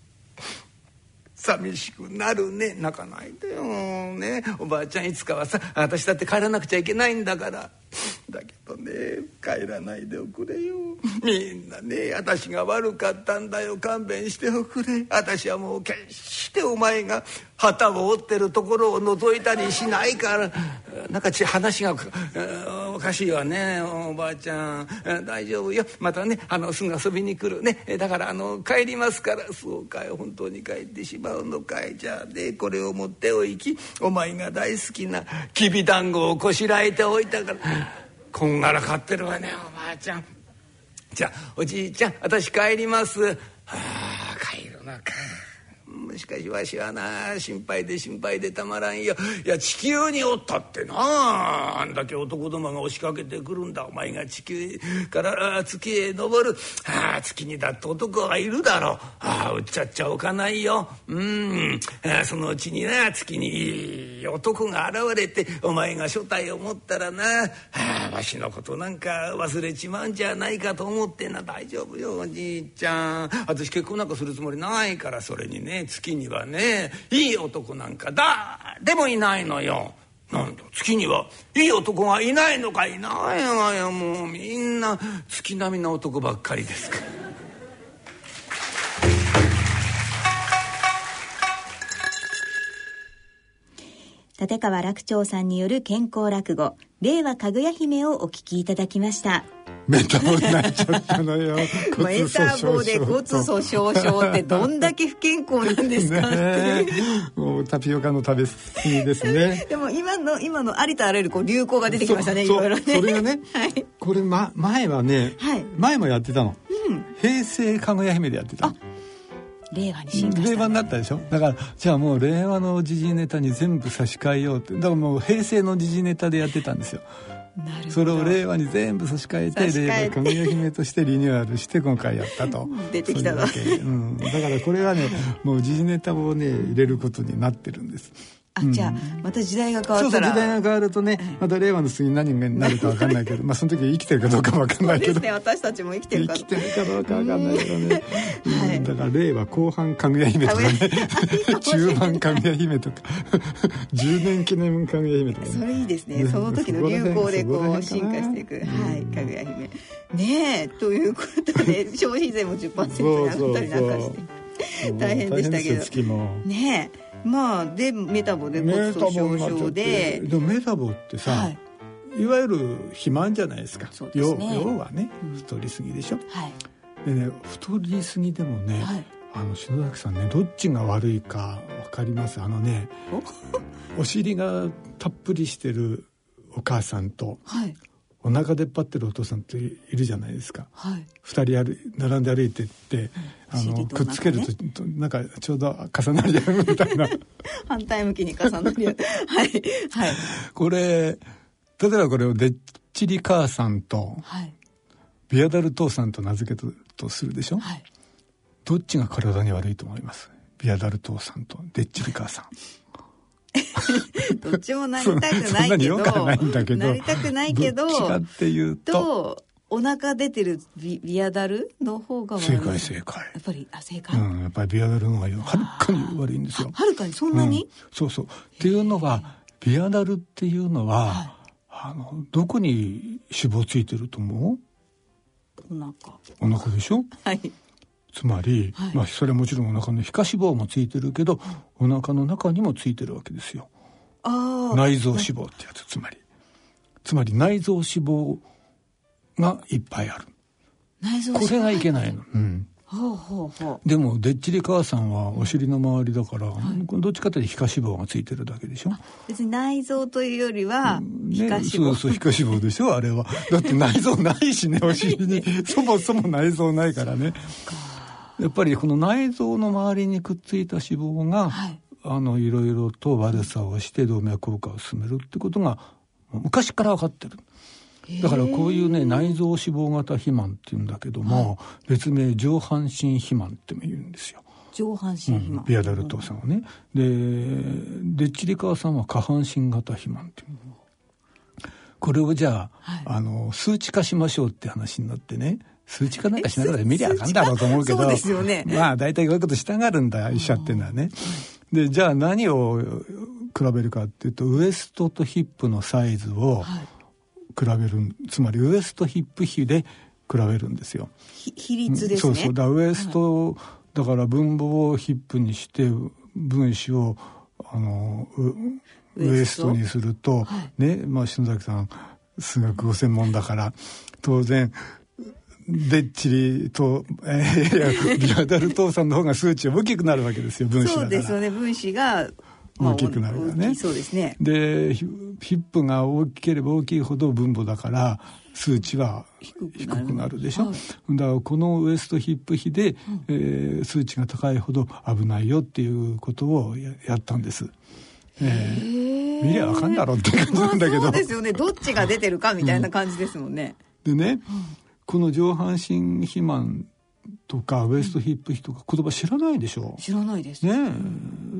[SPEAKER 10] 寂しくなるね。泣かないでよね。おばあちゃんいつかはさ私だって帰らなくちゃいけないんだから。だけどね帰らないでおくれよ。みんなね私が悪かったんだよ勘弁しておくれ。私はもう決してお前が旗を折ってるところを覗いたりしないから。なんかち話がおかしいわねおばあちゃん。大丈夫よまたねあのすぐ遊びに来るね。だからあの帰りますから。そうかい本当に帰ってしまうのかい。じゃあねこれを持っておいきお前が大好きなきびだんごをこしらえておいたから。こんがらかってるわねおばあちゃん。じゃあおじいちゃん私帰ります。はあ帰るのか。 もしかしわしはな心配で心配でたまらんよ。いや地球におったってなあんだけ男どもが押しかけてくるんだ。お前が地球から月へ登る、ああ月にだって男がいるだろう。ああうっちゃっちゃおかないよ。うんあそのうちにな月にいい男が現れてお前が所帯を持ったらな、ああわしのことなんか忘れちまうんじゃないかと思ってな。大丈夫よおじいちゃん、私結婚なんかするつもりないから。それにね月にはねいい男なんか誰もいないのよ。なんだ月にはいい男がいないのか。いないわよ。もうみんな月並みな男ばっかりですから。
[SPEAKER 3] 立川楽長さんによる健康落語令和かぐや姫をお聞きいただきました。
[SPEAKER 2] メタボになっちゃったのよ。
[SPEAKER 3] メタボで骨粗しょう症ってどんだけ不健康なんですかね。
[SPEAKER 2] もうタピオカの食べ過ぎですね。
[SPEAKER 3] でも今の今のありとあらゆるこう流行が出てきましたね。いろいろね。
[SPEAKER 2] それがね、はい、これ、ま、前はね、はい、前もやってたの、うん、平成かぐや姫でやってたの。
[SPEAKER 3] 令和に進化した、ね、
[SPEAKER 2] 令和になったでしょ。だからじゃあもう令和の時事ネタに全部差し替えようって。だからもう平成の時事ネタでやってたんですよ。なるほど。それを令和に全部差し替えて令和かぐや姫としてリニューアルして今回やったと
[SPEAKER 3] 出てきたな、
[SPEAKER 2] うん、だからこれはねもう時事ネタをね入れることになってるんです。
[SPEAKER 3] あ、うん、じゃあまた時代が変わったら、
[SPEAKER 2] そうそう時代が変わるとね、また令和の次に何になるか分かんないけどまあその時生きてるかどうか分かんないけど、そうですね、
[SPEAKER 3] 私たちも生きてるか
[SPEAKER 2] 生きてるかどうか分かんないけどね、はい、だから令和後半かぐや姫とかね中盤かぐや姫とかじゅうねん記念かぐや姫とか、ね、
[SPEAKER 3] それいいですね。その時の流行でこう進化していく、はい、かぐや姫ねえということで消費税も じゅっパーセント に上がったりなんかして大変でしたけどねえ。まあでメタボで骨粗しょう症で、
[SPEAKER 2] でもメタボってさ、はい、いわゆる肥満じゃないですか。
[SPEAKER 3] そうですね、
[SPEAKER 2] 要はね、うん、太りすぎでしょ、はい、でね太りすぎでもね、はい、あの篠崎さんねどっちが悪いか分かります？あのねお尻がたっぷりしてるお母さんと、はい、お腹出っ張ってるお父さんっているじゃないですか、はい、ふたり歩並んで歩いてって、うん、あのくっつけるとなんかちょうど重なり合うみたいな
[SPEAKER 3] 反対向きに重なり合うはい、はい、
[SPEAKER 2] これ例えばこれをでっちり母さんと、はい、ビアダル父さんと名付けるとするでしょ、はい、どっちが体に悪いと思います？ビアダル父さんとでっちり母さん
[SPEAKER 3] どっちもなりたくないけど
[SPEAKER 2] そんなに良くないんだけど
[SPEAKER 3] なりたくないけど
[SPEAKER 2] どっちかっていうと
[SPEAKER 3] とお腹出てる ビ, ビアダルの方が悪い。
[SPEAKER 2] 正解正解。
[SPEAKER 3] やっぱりあ正解、
[SPEAKER 2] うん、やっぱりビアダルの方がはるかに悪いんですよ。
[SPEAKER 3] はるかにそんなに、うん、
[SPEAKER 2] そうそうっていうのはビアダルっていうのは、はい、あのどこに脂肪ついてると思う？
[SPEAKER 3] お腹
[SPEAKER 2] お腹でしょ、
[SPEAKER 3] はい、
[SPEAKER 2] つまり、はい、まあ、それはもちろんお腹の皮下脂肪もついてるけど、お腹の中にもついてるわけですよ。
[SPEAKER 3] あ
[SPEAKER 2] 内臓脂肪ってやつ、つまりつまり内臓脂肪がいっぱいある。
[SPEAKER 3] 内臓脂肪
[SPEAKER 2] これがいけないの、うん、
[SPEAKER 3] ほうほうほう。
[SPEAKER 2] でもでっちり母さんはお尻の周りだから、はい、どっちかというと皮下脂肪がついてるだけでしょ。
[SPEAKER 3] 別に内臓というよりは皮下脂肪、ね、
[SPEAKER 2] そうそう皮下脂肪でしょあれは。だって内臓ないしねお尻にそもそも内臓ないからね。やっぱりこの内臓の周りにくっついた脂肪が、はい、あのいろいろと悪さをして動脈硬化を進めるってことが昔から分かってる。だからこういうね内臓脂肪型肥満っていうんだけども、はい、別名上半身肥満っても言うんですよ。
[SPEAKER 3] 上半身肥満、うん、
[SPEAKER 2] ビアダルトさんはね。ででっちり母さんは下半身型肥満っていう、これをじゃあ、はい、あの数値化しましょうって話になってね、数値化なんかしながら見りゃあかんだろうと思うけど、
[SPEAKER 3] そうですよね、
[SPEAKER 2] まあ大体こういうことしたがるんだ医者っていうのはね。でじゃあ何を比べるかっていうとウエストとヒップのサイズを、はい、比べる、つまりウエストヒップ比で比べるんですよ。
[SPEAKER 3] 比率ですね。
[SPEAKER 2] そうそうだウエスト、はい、だから分母をヒップにして分子をあの ウ, ウエストにすると、はい、ね、まあ篠崎さん数学ご専門だから当然でっちりと、えー、いやビアダルトさんの方が数値が大きくなるわけですよ。分子だから。
[SPEAKER 3] そうですよね。分子が
[SPEAKER 2] 大きくなるからね。
[SPEAKER 3] そうですね。
[SPEAKER 2] でヒップが大きければ大きいほど分母だから数値は低くなるでしょ、はい、だからこのウエストヒップ比で、うんえー、数値が高いほど危ないよっていうことを や, やったんです。えー、見りゃ分かんだろうって感じなんだけど、
[SPEAKER 3] まあ、そうですよね。どっちが出てるかみたいな感じですもんね、
[SPEAKER 2] うん、でね、うん、この上半身肥満とかウエストヒップ比とか言葉知らないでしょ。
[SPEAKER 3] 知らないです
[SPEAKER 2] ね、うん、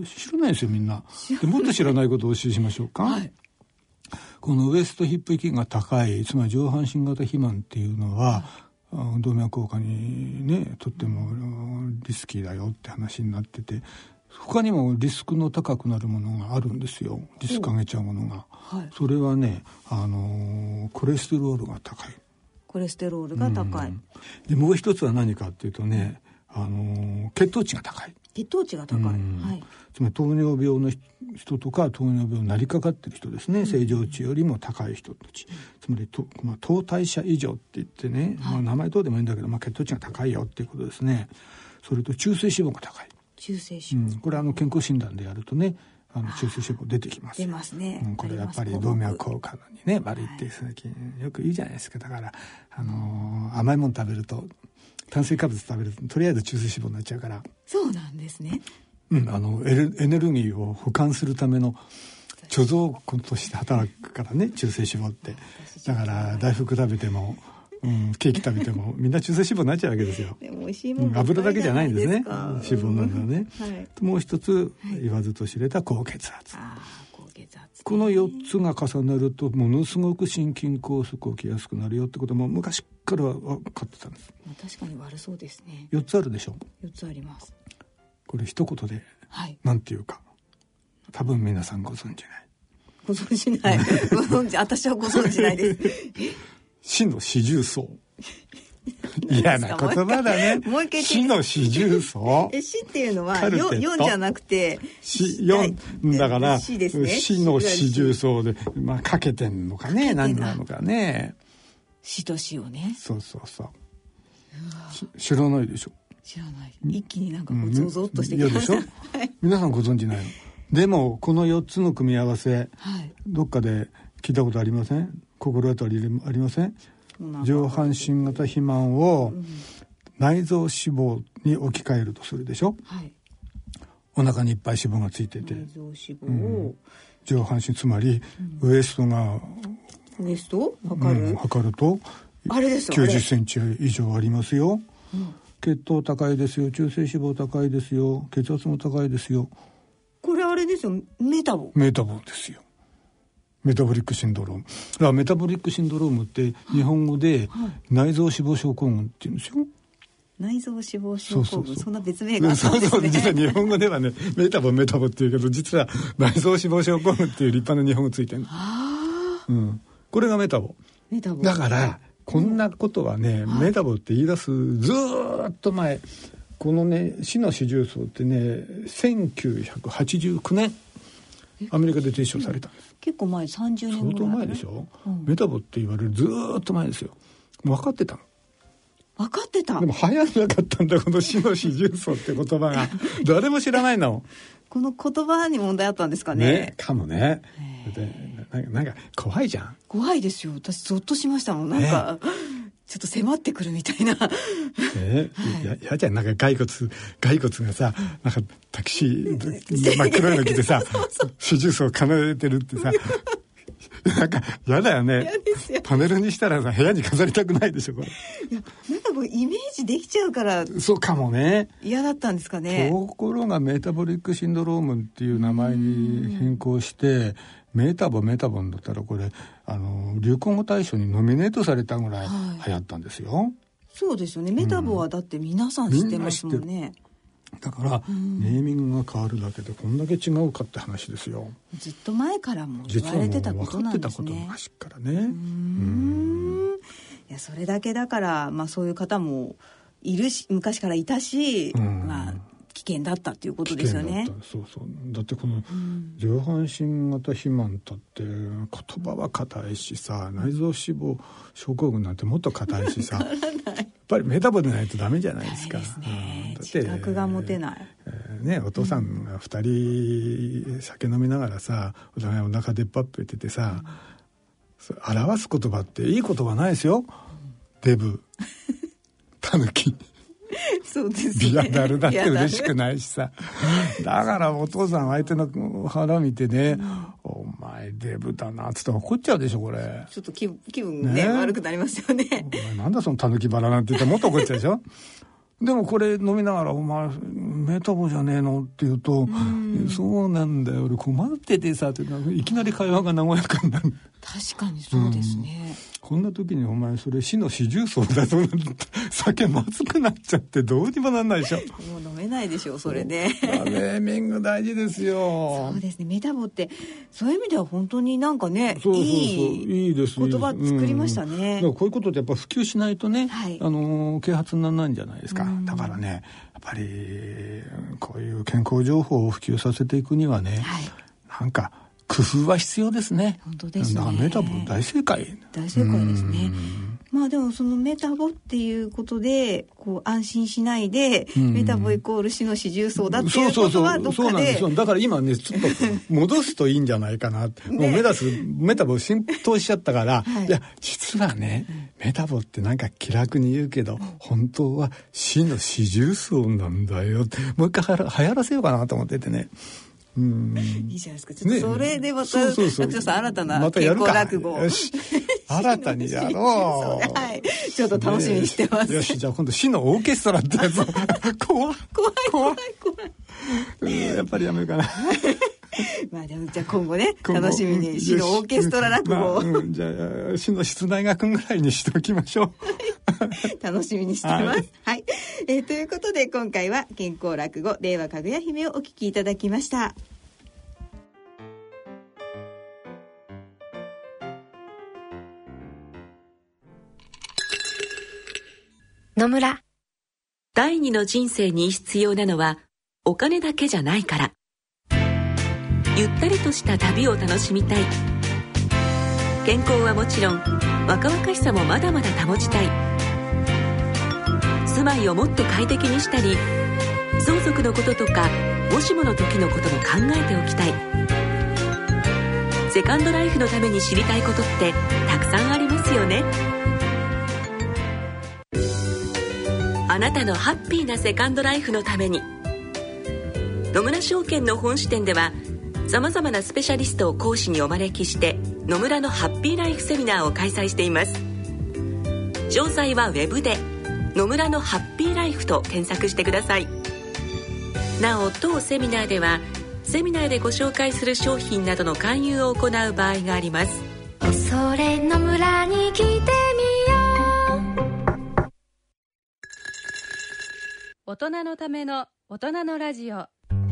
[SPEAKER 2] 知らないですよみんな。でもっと知らないことをお教えしましょうか、はい、このウエストヒップ比が高い、つまり上半身型肥満っていうのは、はい、動脈硬化にねとってもリスキーだよって話になってて、他にもリスクの高くなるものがあるんですよ。リスク上げちゃうものが、はい、それはね、あのー、コレステロールが高い。
[SPEAKER 3] コレステロールが高い、うん、
[SPEAKER 2] でもう一つは何かっていうとね、あのー、血糖値が高い。
[SPEAKER 3] 血糖値が高い、うんはい、
[SPEAKER 2] つまり糖尿病の人とか糖尿病になりかかってる人ですね、うん、正常値よりも高い人たち、つまりと、まあ、糖代謝異常って言ってね、はいまあ、名前どうでもいいんだけど、まあ、血糖値が高いよっていうことですね。それと中性脂肪が高い。
[SPEAKER 3] 中性脂肪、
[SPEAKER 2] うん、これあの健康診断でやるとね、あの中性脂肪出てきます。
[SPEAKER 3] 出ますね、
[SPEAKER 2] うん、これやっぱり動脈硬化にね悪いって最近よく言うじゃないですか。だから、あのー、甘いもの食べると炭水化物食べるととりあえず中性脂肪になっちゃうから。
[SPEAKER 3] そうなんですね、
[SPEAKER 2] うん、あのエネルギーを保管するための貯蔵庫として働くからね、中性脂肪って。だから大福食べてもうん、ケーキ食べてもみんな中性脂肪になっちゃうわけですよ。
[SPEAKER 3] でも美味しいもん、
[SPEAKER 2] 油だけじゃないんですね、脂肪なのはね、うんはい、もう一つ、はい、言わずと知れた高血圧。
[SPEAKER 3] あ高血圧、ね、
[SPEAKER 2] このよっつが重なるとものすごく心筋梗塞起きやすくなるよってことも昔から分かってたんです。
[SPEAKER 3] 確かに悪そうですね。
[SPEAKER 2] よっつあるでしょ。
[SPEAKER 3] よっつあります。
[SPEAKER 2] これ一言で、はい、なんていうか多分皆さんご存じない。
[SPEAKER 3] ご存じないご存じ私はご存じないです
[SPEAKER 2] 死の四重奏嫌な言葉だね。
[SPEAKER 3] もう一回
[SPEAKER 2] 死の四重奏。
[SPEAKER 3] え死っていうのはよんじゃなくて
[SPEAKER 2] 死よんだから死ですね。死の四重奏でまあかけてんのかね、何なのかね。
[SPEAKER 3] 死と死をね。
[SPEAKER 2] そうそうそう。知らないでしょ。
[SPEAKER 3] 知らない。一気になんかこうゾゾッとしてきました。
[SPEAKER 2] 嫌でしょ。はい、皆さんご存知ないの。でもこのよっつの組み合わせ、はい、どっかで聞いたことありません？心当たりありません？上半身型肥満を内臓脂肪に置き換えるとするでしょ、はい、お腹にいっぱい脂肪がついてて、
[SPEAKER 3] 内臓脂肪を、
[SPEAKER 2] うん、上半身つまり、うん、ウエストが
[SPEAKER 3] ウエスト測る、
[SPEAKER 2] うん、測ると
[SPEAKER 3] あれですよ、
[SPEAKER 2] きゅうじゅっセンチ以上ありますよ、うん、血糖高いですよ、中性脂肪高いですよ、血圧も高いですよ。
[SPEAKER 3] これあれですよ、メタボ
[SPEAKER 2] メタボですよ。メタボリックシンドローム。だからメタボリックシンドロームって日本語で内臓脂肪症候群って言うんですよ。
[SPEAKER 3] 内臓脂肪症候群、そうそうそう、そんな別名があった
[SPEAKER 2] んですね。そうそう、実は日本語ではねメタボメタボって言うけど、実は内臓脂肪症候群っていう立派な日本語ついてるの。あ、うん、これがメタボ。
[SPEAKER 3] メタボ
[SPEAKER 2] だからこんなことはね、うん、メタボって言い出すずーっと前、このね死の四重奏ってねせんきゅうひゃくはちじゅうきゅうねんアメリカで提唱されたんです。
[SPEAKER 3] 結構前、さんじゅうねんぐらい。
[SPEAKER 2] 相当前でしょ、うん、メタボって言われるずーっと前ですよ。分かってたの。
[SPEAKER 3] 分かってた。
[SPEAKER 2] でも流行らなかったんだこの死の四重奏って言葉が誰も知らないの。
[SPEAKER 3] この言葉に問題あったんですかね。
[SPEAKER 2] ね、かもね。でなんか、なんか怖いじゃん。
[SPEAKER 3] 怖いですよ。私ゾッとしましたもん。なんか、ね、ちょっと迫ってくるみたいな。
[SPEAKER 2] えー、はい、や, やじゃん。なんか骸骨骸骨がさ、なんかタキシー真っ黒いの着てさ四重奏を奏でてるってさなんかやだよね。パネルにしたらさ部屋に飾りたくないでしょこれ。
[SPEAKER 3] いや、なんかこうイメージできちゃうから
[SPEAKER 2] そうかもね。
[SPEAKER 3] 嫌だったんですかね。
[SPEAKER 2] ところがメタボリックシンドロームっていう名前に変更してメタボメタボンだったらこれあの流行語大賞にノミネートされたぐらい流行ったんですよ、はい、
[SPEAKER 3] そうですよね。メタボはだって皆さん知ってますもんね、
[SPEAKER 2] うん、だからネーミングが変わるだけでこんだけ違うかって話ですよ。
[SPEAKER 3] ずっと前からも言われてたことなんですね。
[SPEAKER 2] 実はもう分かってたこと昔からね。うー
[SPEAKER 3] ん、いやそれだけだから、まあ、そういう方もいるし昔からいたし、うん、まあ危険だったっていうことですよね。
[SPEAKER 2] そうそう。だってこの上半身型肥満だって言葉は硬いしさ、内臓脂肪症候群なんてもっと硬いしさやっぱりメタボでないとダメじゃないですか。
[SPEAKER 3] ですね、
[SPEAKER 2] うん、だ
[SPEAKER 3] って自覚が持てない、
[SPEAKER 2] えーね、お父さんがふたり酒飲みながらさお互いお腹出っ張っててさ、うん、 表す言葉っていい言葉ないですよ、うん、デブタヌキ
[SPEAKER 3] そうですね、
[SPEAKER 2] ビアダルだって嬉しくないしさだからお父さん相手の腹見てね、うん、お前デブだなっつって怒っちゃうでしょこれ。
[SPEAKER 3] ちょっと 気, 気分ね、ね悪くなりますよね。
[SPEAKER 2] お前なんだそのタヌキバラなんて言ってもっと怒っちゃうでしょでもこれ飲みながらお前メタボじゃねえのって言うと、うん、そうなんだよ俺困っててさっていきなり会話が和やかになる。
[SPEAKER 3] 確かにそうですね、
[SPEAKER 2] うん、こんな時にお前それ死の四重奏だと酒まずくなっちゃってどうにもなんないでしょ。
[SPEAKER 3] もう飲めないでしょそれで。
[SPEAKER 2] ネーミング大事ですよ。
[SPEAKER 3] そうですね、メタボってそういう意味では本当になんかね、
[SPEAKER 2] そうそうそう、
[SPEAKER 3] いい言葉作りましたね、うん、
[SPEAKER 2] だからこういうことってやっぱ普及しないとね、はい、あの啓発にならないんじゃないですか、うん、だからねやっぱりこういう健康情報を普及させていくにはね、はい、なんか工夫は必要ですね。
[SPEAKER 3] 本当ですね。
[SPEAKER 2] だからメタボ大正解。
[SPEAKER 3] 大正解ですね。まあでもそのメタボっていうことでこう安心しないで、うん、メタボイコール死の四重奏だっていうことはどっかで、そうそうそう、そうなんですよ。だ
[SPEAKER 2] から今ねちょっと戻すといいんじゃないかなね、もうメタスメタボ浸透しちゃったから、はい、いや実はね、うん、メタボってなんか気楽に言うけど、うん、本当は死の四重奏なんだよってもう一回流行らせようかなと思っててね。うん、
[SPEAKER 3] いいじゃないですか。ちょっとそれでまた、ね、楽長さん新たな健康落語、
[SPEAKER 2] ま、よし新たにやろ
[SPEAKER 3] うはい、ちょっと楽しみにしてます、
[SPEAKER 2] ね、よしじゃあ今度死のオーケストラってやつ怖い
[SPEAKER 3] 怖い怖い
[SPEAKER 2] 怖いやっぱりやめるかな
[SPEAKER 3] まあでもじゃあ今後ね楽しみに死のオーケストラ落語を、まあ
[SPEAKER 2] うん、じゃあ死の室内楽ぐらいにしておきましょ
[SPEAKER 3] う楽しみにしてます、はいはい、えー、ということで今回は健康落語令和かぐや姫をお聞きいただきました。
[SPEAKER 6] 野村、第二の人生に必要なのはお金だけじゃないから。ゆったりとした旅を楽しみたい。健康はもちろん若々しさもまだまだ保ちたい。住まいをもっと快適にしたり、相続のこととかもしもの時のことも考えておきたい。セカンドライフのために知りたいことってたくさんありますよね。あなたのハッピーなセカンドライフのために、野村証券の本支店ではさまざまなスペシャリストを講師にお招きして野村のハッピーライフセミナーを開催しています。詳細はウェブで野村のハッピーライフと検索してください。なお当セミナーではセミナーでご紹介する商品などの勧誘を行う場合があります。
[SPEAKER 5] 恐れの村に来てみよう。
[SPEAKER 1] 大人のための大人のラジオ。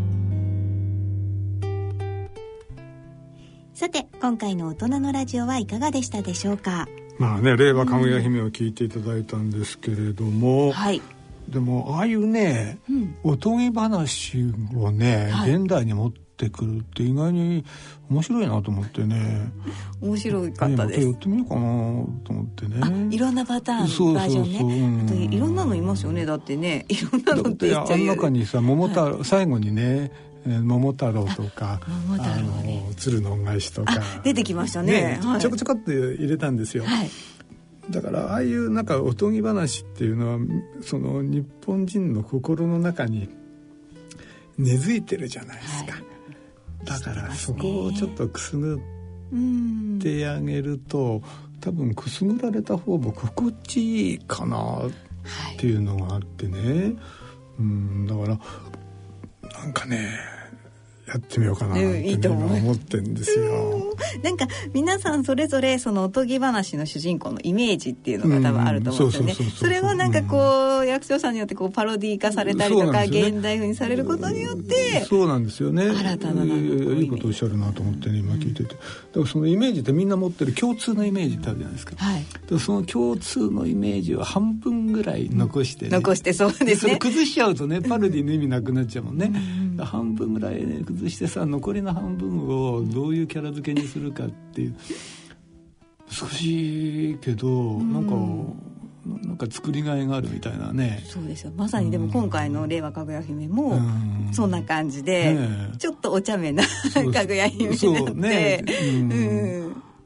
[SPEAKER 3] さて今回の大人のラジオはいかがでしたでしょうか。
[SPEAKER 2] まあね、令和かぐや姫を聞いていただいたんですけれども、うん、はい、でもああいうね、うん、おとぎ話をね、はい、現代に持ってくるって意外に面白いなと思ってね。
[SPEAKER 3] 面白かったです。
[SPEAKER 2] またやってみようかなと思ってね。
[SPEAKER 3] いろんなパターン、
[SPEAKER 2] そうそうそう、
[SPEAKER 3] バージョンね、うん、あといろんなのいますよね。だってね、いろんなのって言っちゃう。
[SPEAKER 2] あの中にさ、桃太郎、はい、最後にね、桃太郎とか、
[SPEAKER 3] 桃太郎、ね、
[SPEAKER 2] あの鶴の恩返しとか
[SPEAKER 3] 出てきましたね。
[SPEAKER 2] ね、はい、ちょこちょこって入れたんですよ。はい、だからああいうなんかおとぎ話っていうのはその日本人の心の中に根付いてるじゃないですか。はい、だからそこをちょっとくすぐってあげると、多分くすぐられた方も心地いいかなっていうのがあってね、はい、うんだからなんかねやってみようかなって今思ってるんですよ。
[SPEAKER 3] なんか皆さんそれぞれそのおとぎ話の主人公のイメージっていうのが多分あると思うんですよね。それはなんかこう、うん、役所さんによってこうパロディ化されたりとか、ね、現代風にされることによって
[SPEAKER 2] そうなんですよね。
[SPEAKER 3] 新たな、え
[SPEAKER 2] ー、いいことおっしゃるなと思ってね今聞いてて、うん、だからそのイメージってみんな持ってる共通のイメージってあるじゃないですか、はい、でその共通のイメージを半分ぐらい残してね、うん、
[SPEAKER 3] 残してそうですね。
[SPEAKER 2] それ崩しちゃうとねパロディの意味なくなっちゃうもんね、うん、半分ぐらいね崩してさ残りの半分をどういうキャラ付けにするかっていう難しいけど、うん、なんかなんか作りがいがあるみたいなね。
[SPEAKER 3] そうですよ。まさにでも今回の令和かぐや姫もそんな感じで、うんね、ちょっとお茶目なかぐや姫になって、
[SPEAKER 2] そうね、うんうん、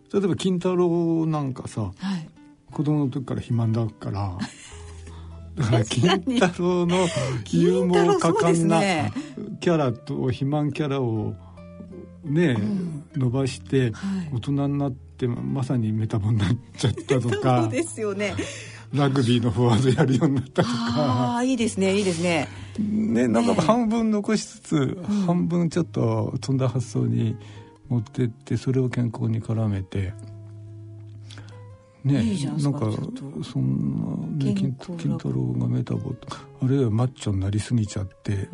[SPEAKER 2] 例えば金太郎なんかさ、はい、子供の時から肥満だからだから金太郎のユーモア果敢なキャラと肥満キャラをね、うん、伸ばして、はい、大人になってまさにメタボになっちゃったとか
[SPEAKER 3] そうですよね。
[SPEAKER 2] ラグビーのフォワードやるようになったとか。
[SPEAKER 3] ああ、いいですねいいですね。
[SPEAKER 2] ね、なんか半分残しつつ、ね、半分ちょっと飛んだ発想に持ってってそれを健康に絡めてね、いいじゃん、なんかそんな、ね、金, 金太郎がメタボとかあるいはマッチョになりすぎちゃって、うん、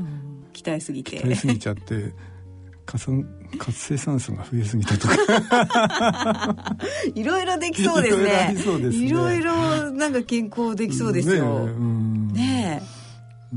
[SPEAKER 3] 鍛えすぎて
[SPEAKER 2] 鍛えすぎちゃって活性酸素が増えすぎたとか
[SPEAKER 3] いろいろできそうですね。いろいろなんか健康できそうですよ。ねえ、うん、ね
[SPEAKER 2] え、うん、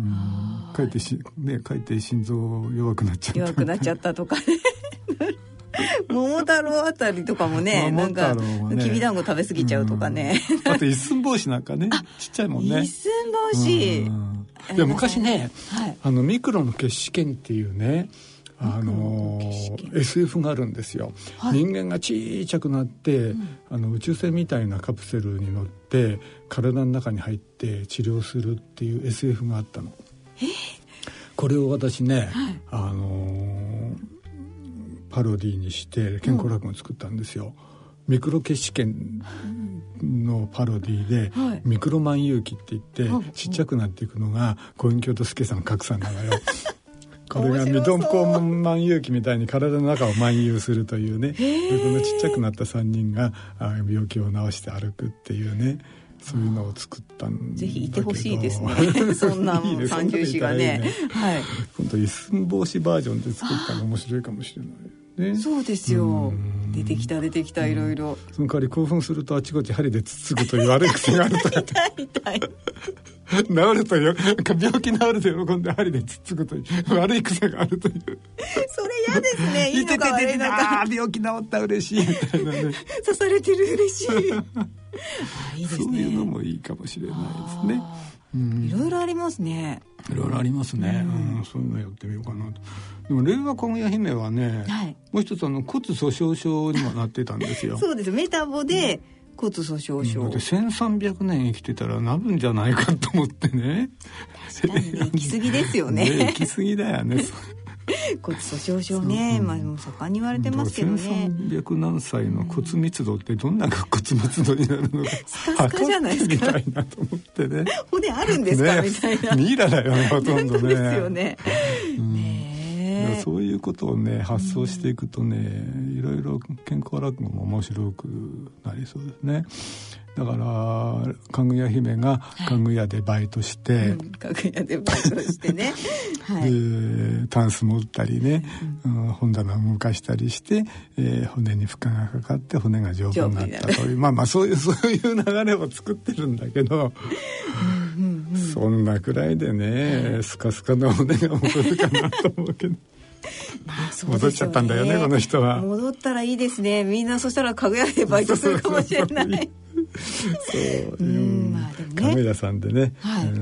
[SPEAKER 2] かえってし、ね、かえって心臓弱くなっちゃった
[SPEAKER 3] 弱くなっちゃったとかね桃太郎あたりとかもね、なんかきびだんご食べ過ぎちゃうとかね、
[SPEAKER 2] うん、あと一寸法師なんかねちっちゃいもんね。
[SPEAKER 3] 一寸法師、うん、
[SPEAKER 2] いや昔ね、はい、あのミクロの決死圏っていうね、あの エスエフ があるんですよ、はい、人間が小さくなって、うん、あの宇宙船みたいなカプセルに乗って体の中に入って治療するっていう エスエフ があったの。
[SPEAKER 3] えー、
[SPEAKER 2] これを私ね、はい、あのパロディにして健康落語を作ったんですよ、うん、ミクロ決死圏のパロディで、はい、ミクロ万有期って言って、はい、ちっちゃくなっていくのが小隠居と助さん格さんなのよこれがミドンコ万有期みたいに体の中を万有するというね、このちっちゃくなったさんにんが病気を治して歩くっていうね、そういうのを作ったんだけど、
[SPEAKER 3] ぜひいてほしいですねそんな三重師がね、ね、はい、
[SPEAKER 2] 今度一寸法師バージョンで作ったの面白いかもしれないね。
[SPEAKER 3] そうですよ、出てきた出てきた、いろいろ。
[SPEAKER 2] その代わり興奮するとあちこち針でつつぐという悪い癖があるとか
[SPEAKER 3] 痛い痛い
[SPEAKER 2] 治るとよ、病気治ると喜んで針でつつぐという悪い癖があるという。それ
[SPEAKER 3] 嫌ですね。いいのか悪いのか。
[SPEAKER 2] あ、病気治った嬉しいみたいなね
[SPEAKER 3] 刺されてる嬉しいあ、いいですね。
[SPEAKER 2] そういうのもいいかもしれないですね。
[SPEAKER 3] うん、いろいろありますね。
[SPEAKER 2] いろいろありますね、うんうん、そういうのやってみようかなと。でも令和かぐや姫はね、はい、もう一つあの骨粗しょう症にもなってたんですよ
[SPEAKER 3] そうです、メタボで骨粗しょう症、うん、
[SPEAKER 2] でせんさんびゃくねん生きてたらなるんじゃないかと思ってね。
[SPEAKER 3] 確かにね、行き過ぎですよね
[SPEAKER 2] ね、行き過ぎだよね
[SPEAKER 3] 骨粗しょう症ね、まあ、もう盛んに言われてますけどね。
[SPEAKER 2] せんさんびゃく何歳の骨密度ってどんな骨密度になるのか
[SPEAKER 3] スカスカじゃないですか
[SPEAKER 2] みたいなと思ってね
[SPEAKER 3] 骨あるんですか、ね、みたいな
[SPEAKER 2] ミイラだよねほとんどね。
[SPEAKER 3] ですよね、うん、ね、
[SPEAKER 2] そういうことをね発想していくとね、いろいろ健康落語も面白くなりそうですね。だからかぐや姫がかぐやでバイトして、はい、うん、
[SPEAKER 3] かぐやでバイトしてね、はい、
[SPEAKER 2] でタンス持ったりね、うんうん、本棚を動かしたりして、えー、骨に負荷がかかって骨が丈夫になったという、まあまあそういうそういう流れを作ってるんだけどうんうん、うん、そんなくらいでね、はい、スカスカの骨が戻るかなと思うけど
[SPEAKER 3] まあそうですよね、
[SPEAKER 2] 戻っちゃったんだよねこの人は。
[SPEAKER 3] 戻ったらいいですね。みんなそしたらかぐやでバイトするかもしれない
[SPEAKER 2] そう、うん、まあでもね、かぐやさんでね、はい、うん、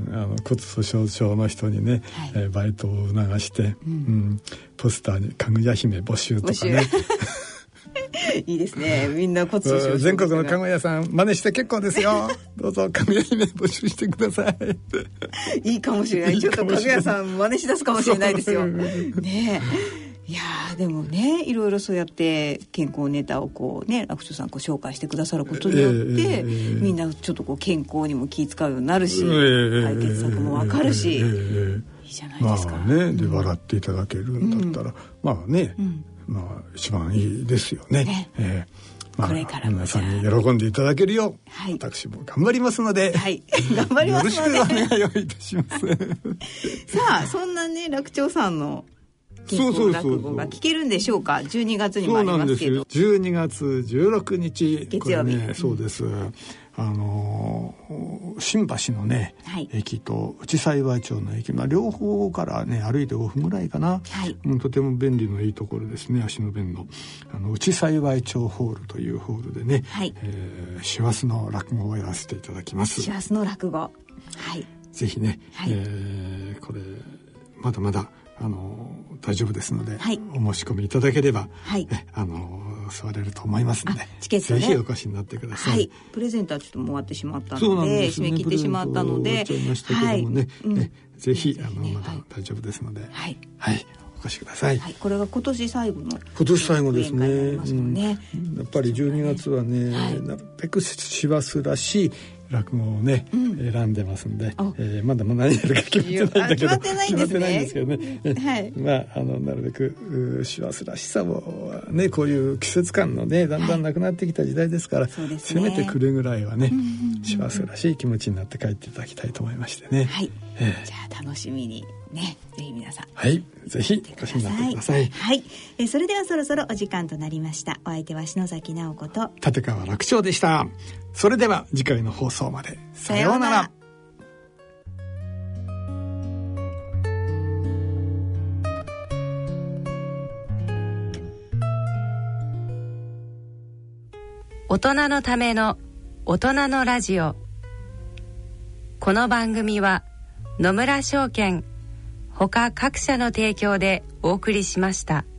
[SPEAKER 2] あの骨粗しょう症の人にね、はい、えー、バイトを促して、うんうん、ポスターにかぐや姫募集とかね
[SPEAKER 3] いいですね。みんな骨粗しょう症
[SPEAKER 2] 全国のかぐやさん真似して結構ですよどうぞかぐや姫募集してくださ
[SPEAKER 3] いいいかもしれない。ちょっとかぐやさん真似しだすかもしれないですよねえ。いやでもね、いろいろそうやって健康ネタをこうね、楽長さんこう紹介してくださることによって、えーえー、みんなちょっとこう健康にも気遣うようになるし、えー、解決策も分かるし、えー、いいじゃないですか。
[SPEAKER 2] まあね、で笑っていただけるんだったら、うん、まあね、うん、まあ一番いいですよね。ね、えーまあ、
[SPEAKER 3] これからも
[SPEAKER 2] 皆さんに喜んでいただけるよう、はい、私も頑張りますので、
[SPEAKER 3] はい、頑張りますので
[SPEAKER 2] よろしくお願いいたします
[SPEAKER 3] さあそんなね楽長さんの健康落語が聞けるんでしょうか。じゅうにがつにもありますけど、
[SPEAKER 2] じゅうにがつじゅうろくにち
[SPEAKER 3] 月曜日、
[SPEAKER 2] ね、そうです、あの新橋のね、はい、駅と内幸町の駅、まあ、両方からね歩いてごふんぐらいかな、はい、うん、とても便利のいいところですね。足の便のあの内幸町ホールというホールでね、はい、えー、師走の落語をやらせていただきます。
[SPEAKER 3] 師走の落語、はい、
[SPEAKER 2] ぜひね、はい、えー、これまだまだあの大丈夫ですので、
[SPEAKER 3] はい、
[SPEAKER 2] お申し込みいただければ、
[SPEAKER 3] はい、
[SPEAKER 2] あの座れると思いますので、
[SPEAKER 3] チケットね、
[SPEAKER 2] ぜひお越しになってください。はい、
[SPEAKER 3] プレゼントはちょっともう終わってしまったの で, で、ね、締め切ってしまったので、
[SPEAKER 2] 終わっちゃいましたけどもね、はいうん、ねぜひあの、
[SPEAKER 3] ね、
[SPEAKER 2] まだ大丈夫ですので、
[SPEAKER 3] はい、
[SPEAKER 2] はい、お越しください。はい、
[SPEAKER 3] これが今年最後の
[SPEAKER 2] 今年最後です ね,
[SPEAKER 3] すね、
[SPEAKER 2] うん、やっぱりじゅうにがつはね、はい、なるべく師走らしい落語をね、うん、選んでますんで、えー、まだまだ何やるか決まってないんだけど
[SPEAKER 3] 決まってないんですね。
[SPEAKER 2] 決まってないんですけどね、はい、まああのなるべく師走らしさをね、こういう季節感のねだんだんなくなってきた時代ですから、はい、せめてくれぐらいはね、師走らしい気持ちになって帰っていただきたいと思いましてね、はい、えー、
[SPEAKER 3] じゃあ楽しみにね、ぜひ皆さん、
[SPEAKER 2] はい、ぜひお越しになってください。
[SPEAKER 3] はい、えー、それではそろそろお時間となりました。お相手は篠崎直子と
[SPEAKER 2] 立川楽長でした。それでは次回の放送までさようなら。
[SPEAKER 1] 大人のための大人のラジオ。この番組は野村証券ほか各社の提供でお送りしました。